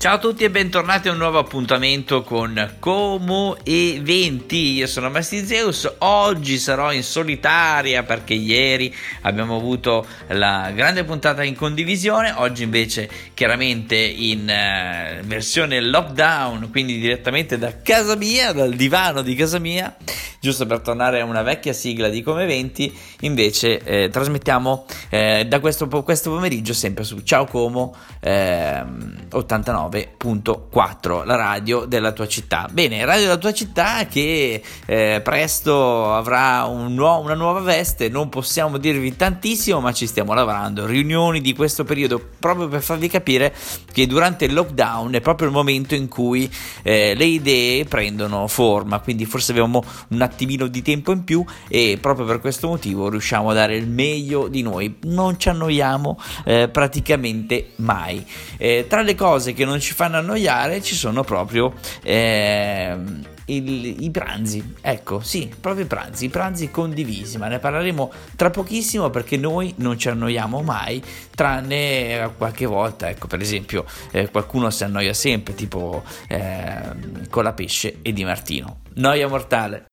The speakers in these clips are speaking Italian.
Ciao a tutti e bentornati a un nuovo appuntamento con Como Eventi. Io sono Masti Zeus, oggi sarò in solitaria perché ieri abbiamo avuto la grande puntata in condivisione, oggi invece chiaramente in versione lockdown, quindi direttamente da casa mia, dal divano di casa mia, giusto per tornare a una vecchia sigla di Como Eventi. Invece trasmettiamo da questo pomeriggio sempre su Ciao Como 89.4, la radio della tua città. Bene, radio della tua città che presto avrà una nuova veste, non possiamo dirvi tantissimo, ma ci stiamo lavorando. Riunioni di questo periodo proprio per farvi capire che durante il lockdown è proprio il momento in cui le idee prendono forma, quindi forse abbiamo un attimino di tempo in più e proprio per questo motivo riusciamo a dare il meglio di noi, non ci annoiamo praticamente mai. Tra le cose che non ci fanno annoiare ci sono proprio i pranzi, ecco, sì, proprio i pranzi condivisi, ma ne parleremo tra pochissimo perché noi non ci annoiamo mai, tranne qualche volta, ecco, per esempio qualcuno si annoia sempre, tipo con la pesce e Di Martino, noia mortale.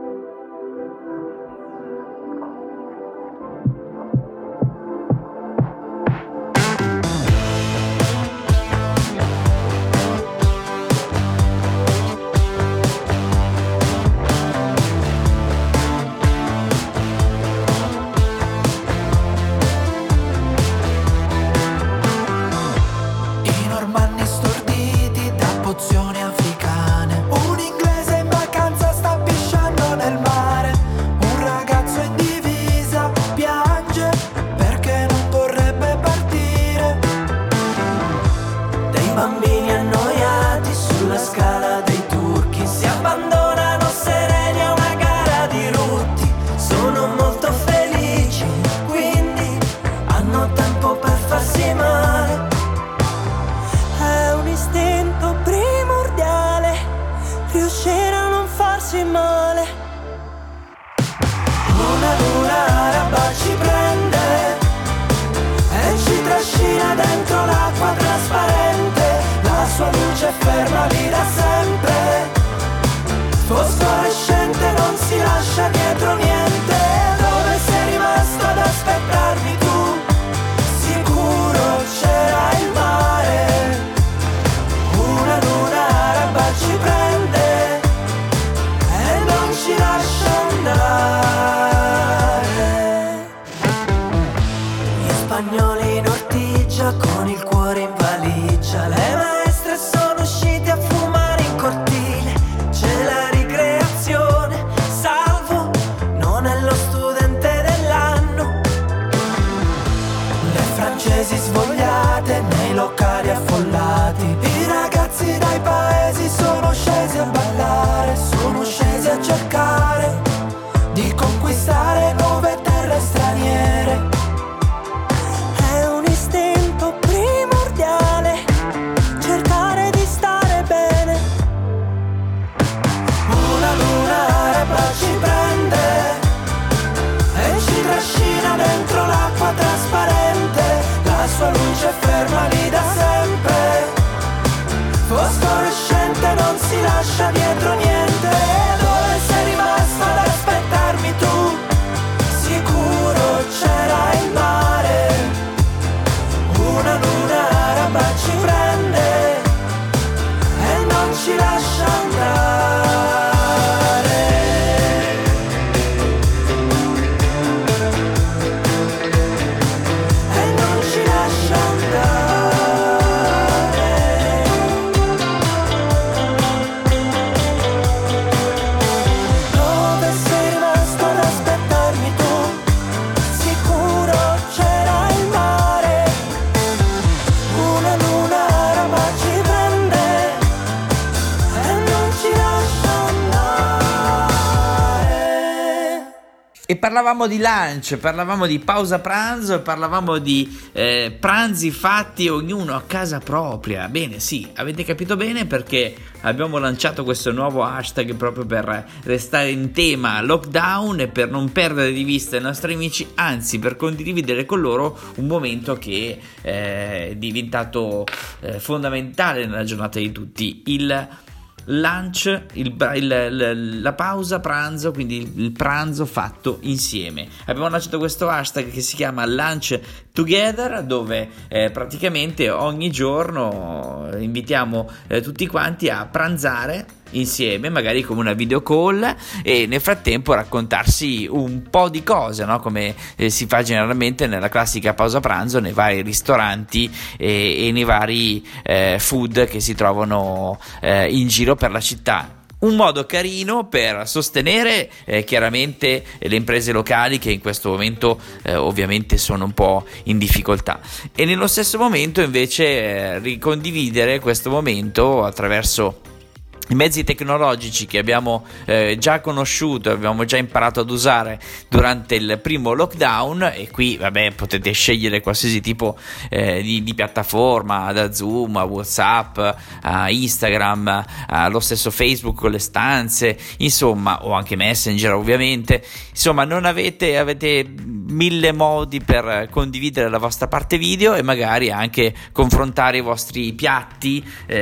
Bambini annoiati sulla scala dei turchi si abbandonano sereni a una gara di rutti. Sono molto felici, quindi hanno tempo per farsi male. È un istinto primordiale riuscire a non farsi male. Una luna araba ci prende e ci trascina dentro l'acqua trasparente. La sua luce ferma lì da sempre, fosforescente, non si lascia dietro niente. Dove sei rimasto ad aspettarmi tu? Sicuro c'era il mare. Una luna araba ci prende e non ci lascia andare. Gli spagnoli in ortigia con il cuore in valigia, le maestre sono uscite a fumare in cortile. C'è la ricreazione, Salvo non è lo studente dell'anno. Le francesi svogliate nei locali affollati. I ragazzi dai paesi sono scesi a ballare, sono scesi a cercare di conquistare nuove terre straniere. È un istinto primordiale cercare di stare bene. Una luna araba ci prende e ci trascina dentro l'acqua trasparente. La sua luce ferma lì da sempre, fosforescente, non si lascia dietro niente. Dove sei rimasto ad aspettarmi tu? Sicuro c'era il mare. Una luna araba ci prende e non ci lascia andare. E parlavamo di lunch, parlavamo di pausa pranzo e parlavamo di pranzi fatti ognuno a casa propria. Bene, sì, avete capito bene, perché abbiamo lanciato questo nuovo hashtag proprio per restare in tema lockdown e per non perdere di vista i nostri amici, anzi per condividere con loro un momento che è diventato fondamentale nella giornata di tutti: il lunch, la pausa pranzo, quindi il pranzo fatto insieme. Abbiamo lanciato questo hashtag che si chiama Lunch Together, dove praticamente ogni giorno invitiamo tutti quanti a pranzare insieme, magari come una video call, e nel frattempo raccontarsi un po' di cose, no? Come si fa generalmente nella classica pausa pranzo nei vari ristoranti e nei vari food che si trovano in giro per la città. Un modo carino per sostenere chiaramente le imprese locali che in questo momento ovviamente sono un po' in difficoltà, e nello stesso momento invece ricondividere questo momento attraverso i mezzi tecnologici che abbiamo già conosciuto, abbiamo già imparato ad usare durante il primo lockdown. E qui vabbè, potete scegliere qualsiasi tipo di piattaforma, da Zoom a WhatsApp a Instagram, allo stesso Facebook con le stanze, insomma, o anche Messenger ovviamente. Insomma, non avete mille modi per condividere la vostra parte video e magari anche confrontare i vostri piatti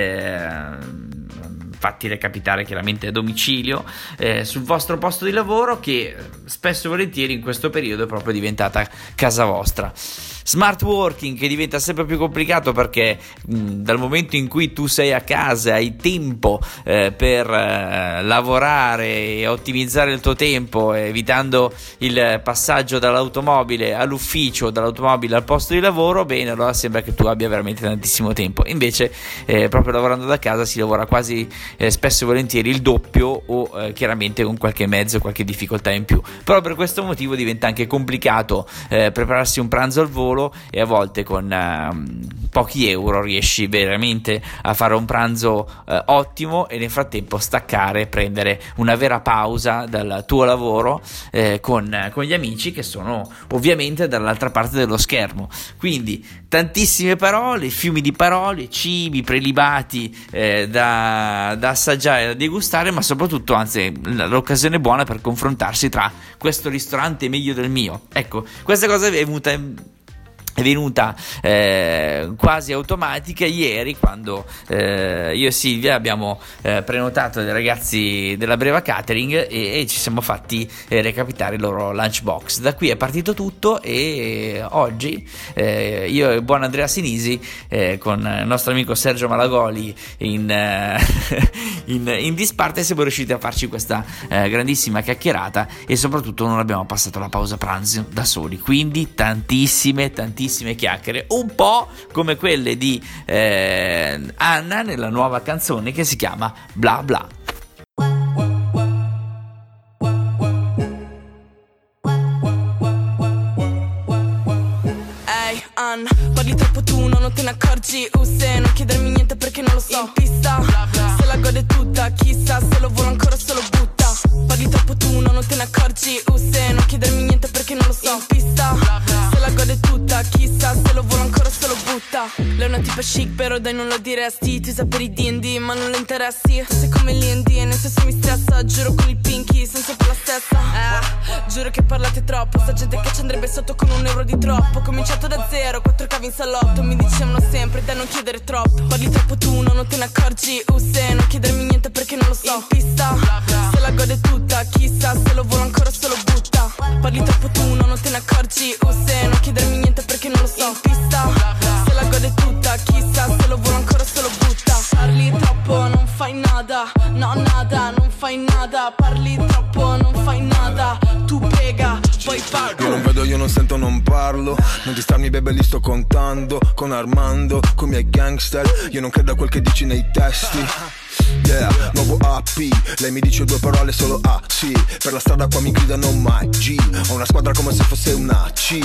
fatti recapitare chiaramente a domicilio sul vostro posto di lavoro, che spesso e volentieri in questo periodo è proprio diventata casa vostra. Smart working che diventa sempre più complicato, perché dal momento in cui tu sei a casa hai tempo per lavorare e ottimizzare il tuo tempo, evitando il passaggio dall'automobile all'ufficio, dall'automobile al posto di lavoro. Bene, allora sembra che tu abbia veramente tantissimo tempo. Invece proprio lavorando da casa si lavora quasi spesso e volentieri il doppio, o chiaramente con qualche mezzo, qualche difficoltà in più. Però per questo motivo diventa anche complicato prepararsi un pranzo al volo, e a volte con pochi euro riesci veramente a fare un pranzo ottimo, e nel frattempo staccare, prendere una vera pausa dal tuo lavoro con gli amici che sono ovviamente dall'altra parte dello schermo. Quindi tantissime parole, fiumi di parole, cibi prelibati da assaggiare, da degustare, ma soprattutto, anzi, l'occasione buona per confrontarsi tra questo ristorante è meglio del mio. Ecco, questa cosa è venuta quasi automatica ieri, quando io e Silvia abbiamo prenotato dei ragazzi della Breva Catering e ci siamo fatti recapitare il loro lunchbox. Da qui è partito tutto, e oggi io e buon Andrea Sinisi con il nostro amico Sergio Malagoli in disparte siamo riusciti a farci questa grandissima chiacchierata, e soprattutto non abbiamo passato la pausa pranzo da soli. Quindi tantissime chiacchiere, un po' come quelle di Anna nella nuova canzone che si chiama Bla Bla. Ehi Anna, parli troppo tu, non te ne accorgi. Se non chiedermi niente perché non lo so. In pista, se la gode tutta, chissà se lo vuole ancora se lo butta. Parli troppo tu, non te ne accorgi. Se non chiedermi niente perché non lo so. In pista, se la gode tutta, chissà se lo vuole ancora se lo butta. Lei è una tipa chic però dai non lo diresti. Tu usa per i D&D ma non le interessi. Tu sei come l'I&D e nel senso mi stressa. Giuro con il pinky senza per la stessa. Giuro che parlate troppo. Sta gente che ci andrebbe sotto con €1 di troppo. Cominciato da zero, 4 cavi in salotto. Mi dicevano sempre da non chiedere troppo. Parli troppo tu, non te ne accorgi. Se non chiedermi niente perché non lo so. In pista, se la gode tutta, chissà se lo vuole ancora se lo butta. Parli troppo tu, non te ne accorgi. Se non chiedermi niente perché non lo so. In pista, se la gode tutta, chissà se lo vuole ancora se lo butta. Parli troppo, non fai nada. No, nada, non fai nada. Parli troppo, non fai nada. Tu piega, poi pago. Io non vedo vero io non sento, non parlo. Non distarmi bebe, li sto contando. Con Armando, con i miei gangster. Io non credo a quel che dici nei testi. Yeah, nuovo AP. Lei mi dice due parole solo A, sì. Per la strada qua mi gridano mai G. Ho una squadra come se fosse una C.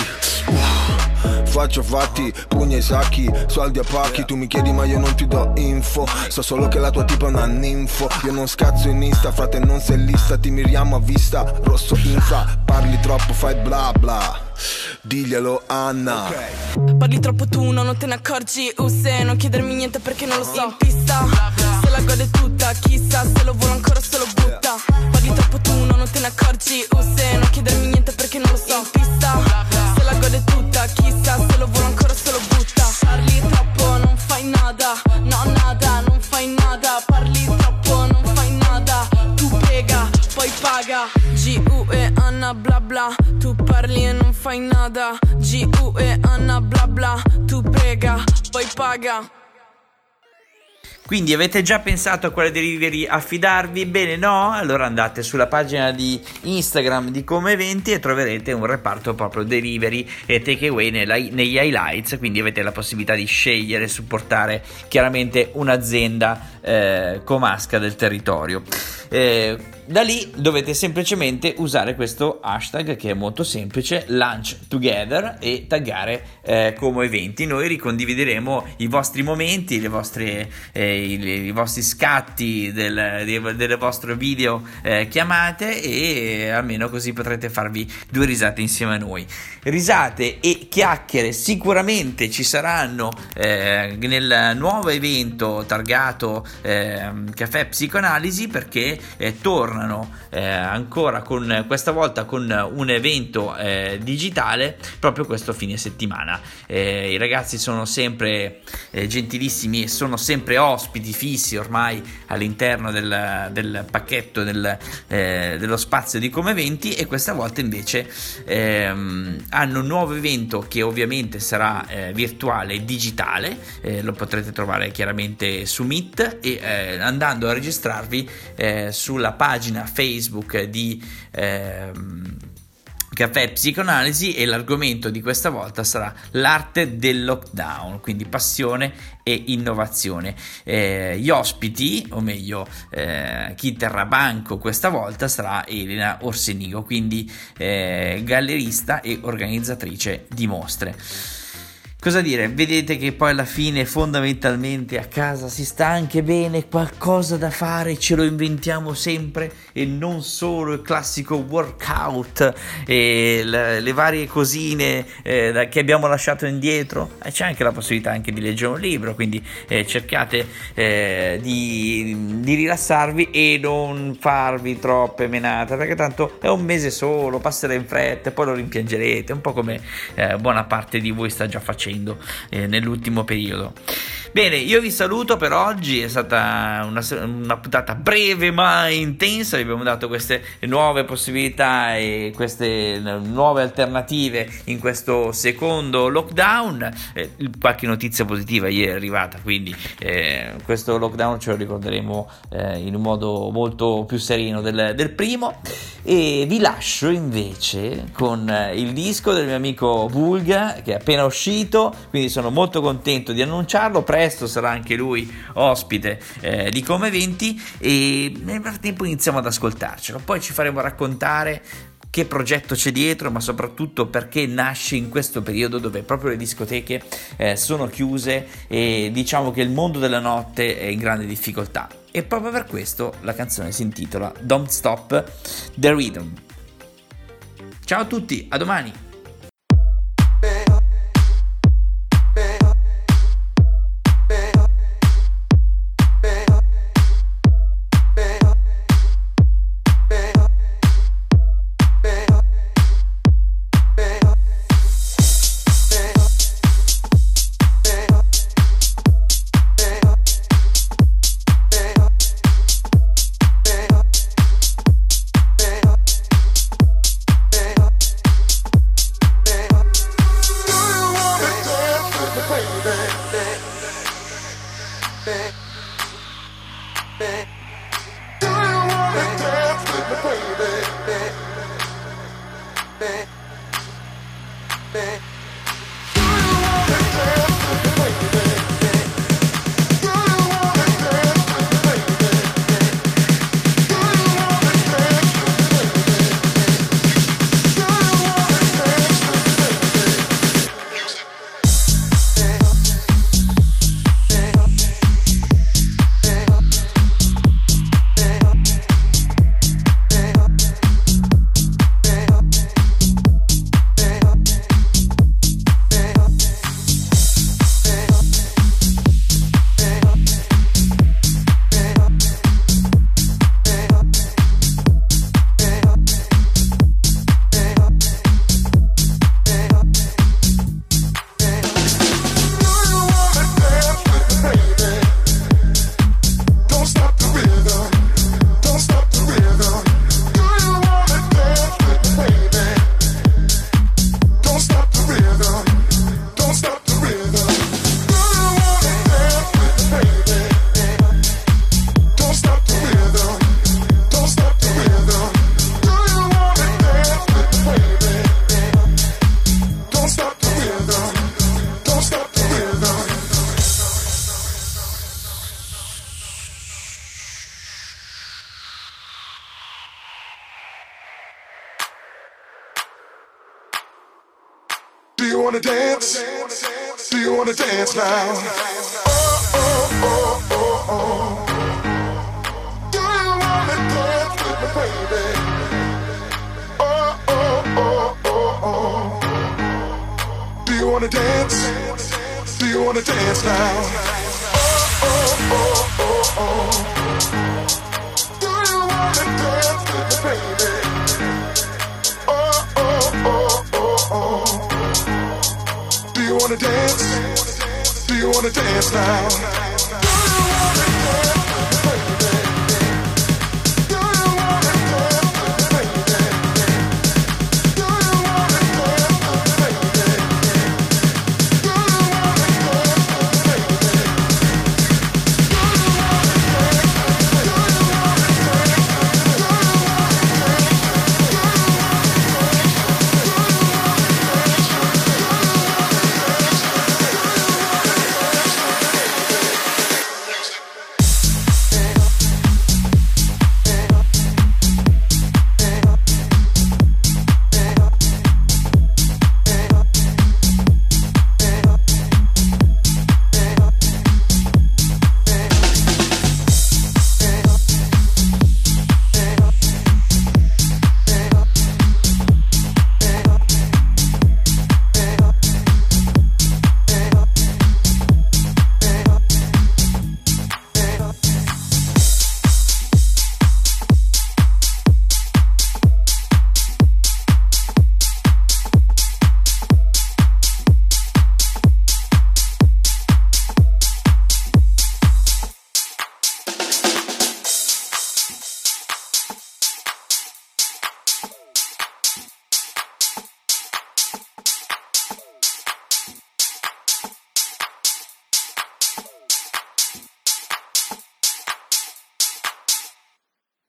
Faccio fatti, pugni ai sacchi, soldi a pacchi. Tu mi chiedi ma io non ti do info. So solo che la tua tipa è una ninfo. Io non scazzo in Insta, frate non sei lista. Ti miriamo a vista, rosso infra. Parli troppo, fai bla bla. Diglielo Anna, okay. Parli troppo tu, no, non te ne accorgi. Se non chiedermi niente perché non lo so. In pista, se la gode tutta, chissà se lo vuole ancora se lo butta. Parli troppo tu, no, non te ne accorgi. Se non chiedermi niente perché non lo so. In pista, se la gode tutta, chissà se lo vuole ancora se lo butta. Parli troppo, non fai nada, no nada, non fai nada. Parli troppo, non fai nada. Tu prega, poi paga. G.U.E. Anna bla bla. Tu parli e non fai nada. G.U.E. Anna bla bla. Tu prega, poi paga. Quindi avete già pensato a quale delivery affidarvi? Bene, no? Allora andate sulla pagina di Instagram di Come Eventi e troverete un reparto proprio delivery e takeaway negli highlights, quindi avete la possibilità di scegliere e supportare chiaramente un'azienda comasca del territorio. Da lì dovete semplicemente usare questo hashtag che è molto semplice, Lunch Together, e taggare Como Eventi. Noi ricondivideremo i vostri momenti, i vostri scatti delle vostre video chiamate, e almeno così potrete farvi due risate insieme a noi. Risate e chiacchiere sicuramente ci saranno nel nuovo evento targato Caffè Psicoanalisi, perché tornano ancora questa volta con un evento digitale proprio questo fine settimana. I ragazzi sono sempre gentilissimi e sono sempre ospiti fissi ormai all'interno del pacchetto dello spazio di Come Eventi, e questa volta invece hanno un nuovo evento che ovviamente sarà virtuale e digitale. Lo potrete trovare chiaramente su Meet, e andando a registrarvi sulla pagina Facebook di Caffè Psicoanalisi, e l'argomento di questa volta sarà l'arte del lockdown, quindi passione e innovazione. Gli ospiti, o meglio chi terrà banco questa volta, sarà Elena Orsenigo, quindi gallerista e organizzatrice di mostre. Cosa dire? Vedete che poi alla fine fondamentalmente a casa si sta anche bene, qualcosa da fare ce lo inventiamo sempre, e non solo il classico workout e le varie cosine che abbiamo lasciato indietro. C'è anche la possibilità anche di leggere un libro, quindi cercate di rilassarvi e non farvi troppe menate, perché tanto è un mese solo, passerà in fretta e poi lo rimpiangerete, un po' come buona parte di voi sta già facendo nell'ultimo periodo. Bene, io vi saluto per oggi. È stata una puntata breve ma intensa. Vi abbiamo dato queste nuove possibilità e queste nuove alternative in questo secondo lockdown. Qualche notizia positiva ieri è arrivata, quindi questo lockdown ce lo ricorderemo in un modo molto più sereno del primo. E vi lascio invece con il disco del mio amico Vulga, che è appena uscito, quindi sono molto contento di annunciarlo. Presto sarà anche lui ospite di Come Eventi, e nel frattempo iniziamo ad ascoltarcelo, poi ci faremo raccontare che progetto c'è dietro, ma soprattutto perché nasce in questo periodo dove proprio le discoteche sono chiuse e diciamo che il mondo della notte è in grande difficoltà. E proprio per questo la canzone si intitola Don't Stop the Rhythm. Ciao a tutti, a domani. Do you wanna dance? Do you wanna dance now? Oh, oh, oh, oh, oh. Do you wanna dance with me, baby? Oh, oh, oh, oh, oh. Do you wanna dance? Do you wanna dance now? Oh, oh, oh, oh, oh. Do you wanna dance with me, baby? Oh, oh, oh, oh, oh. Do you wanna dance? Do you wanna dance now?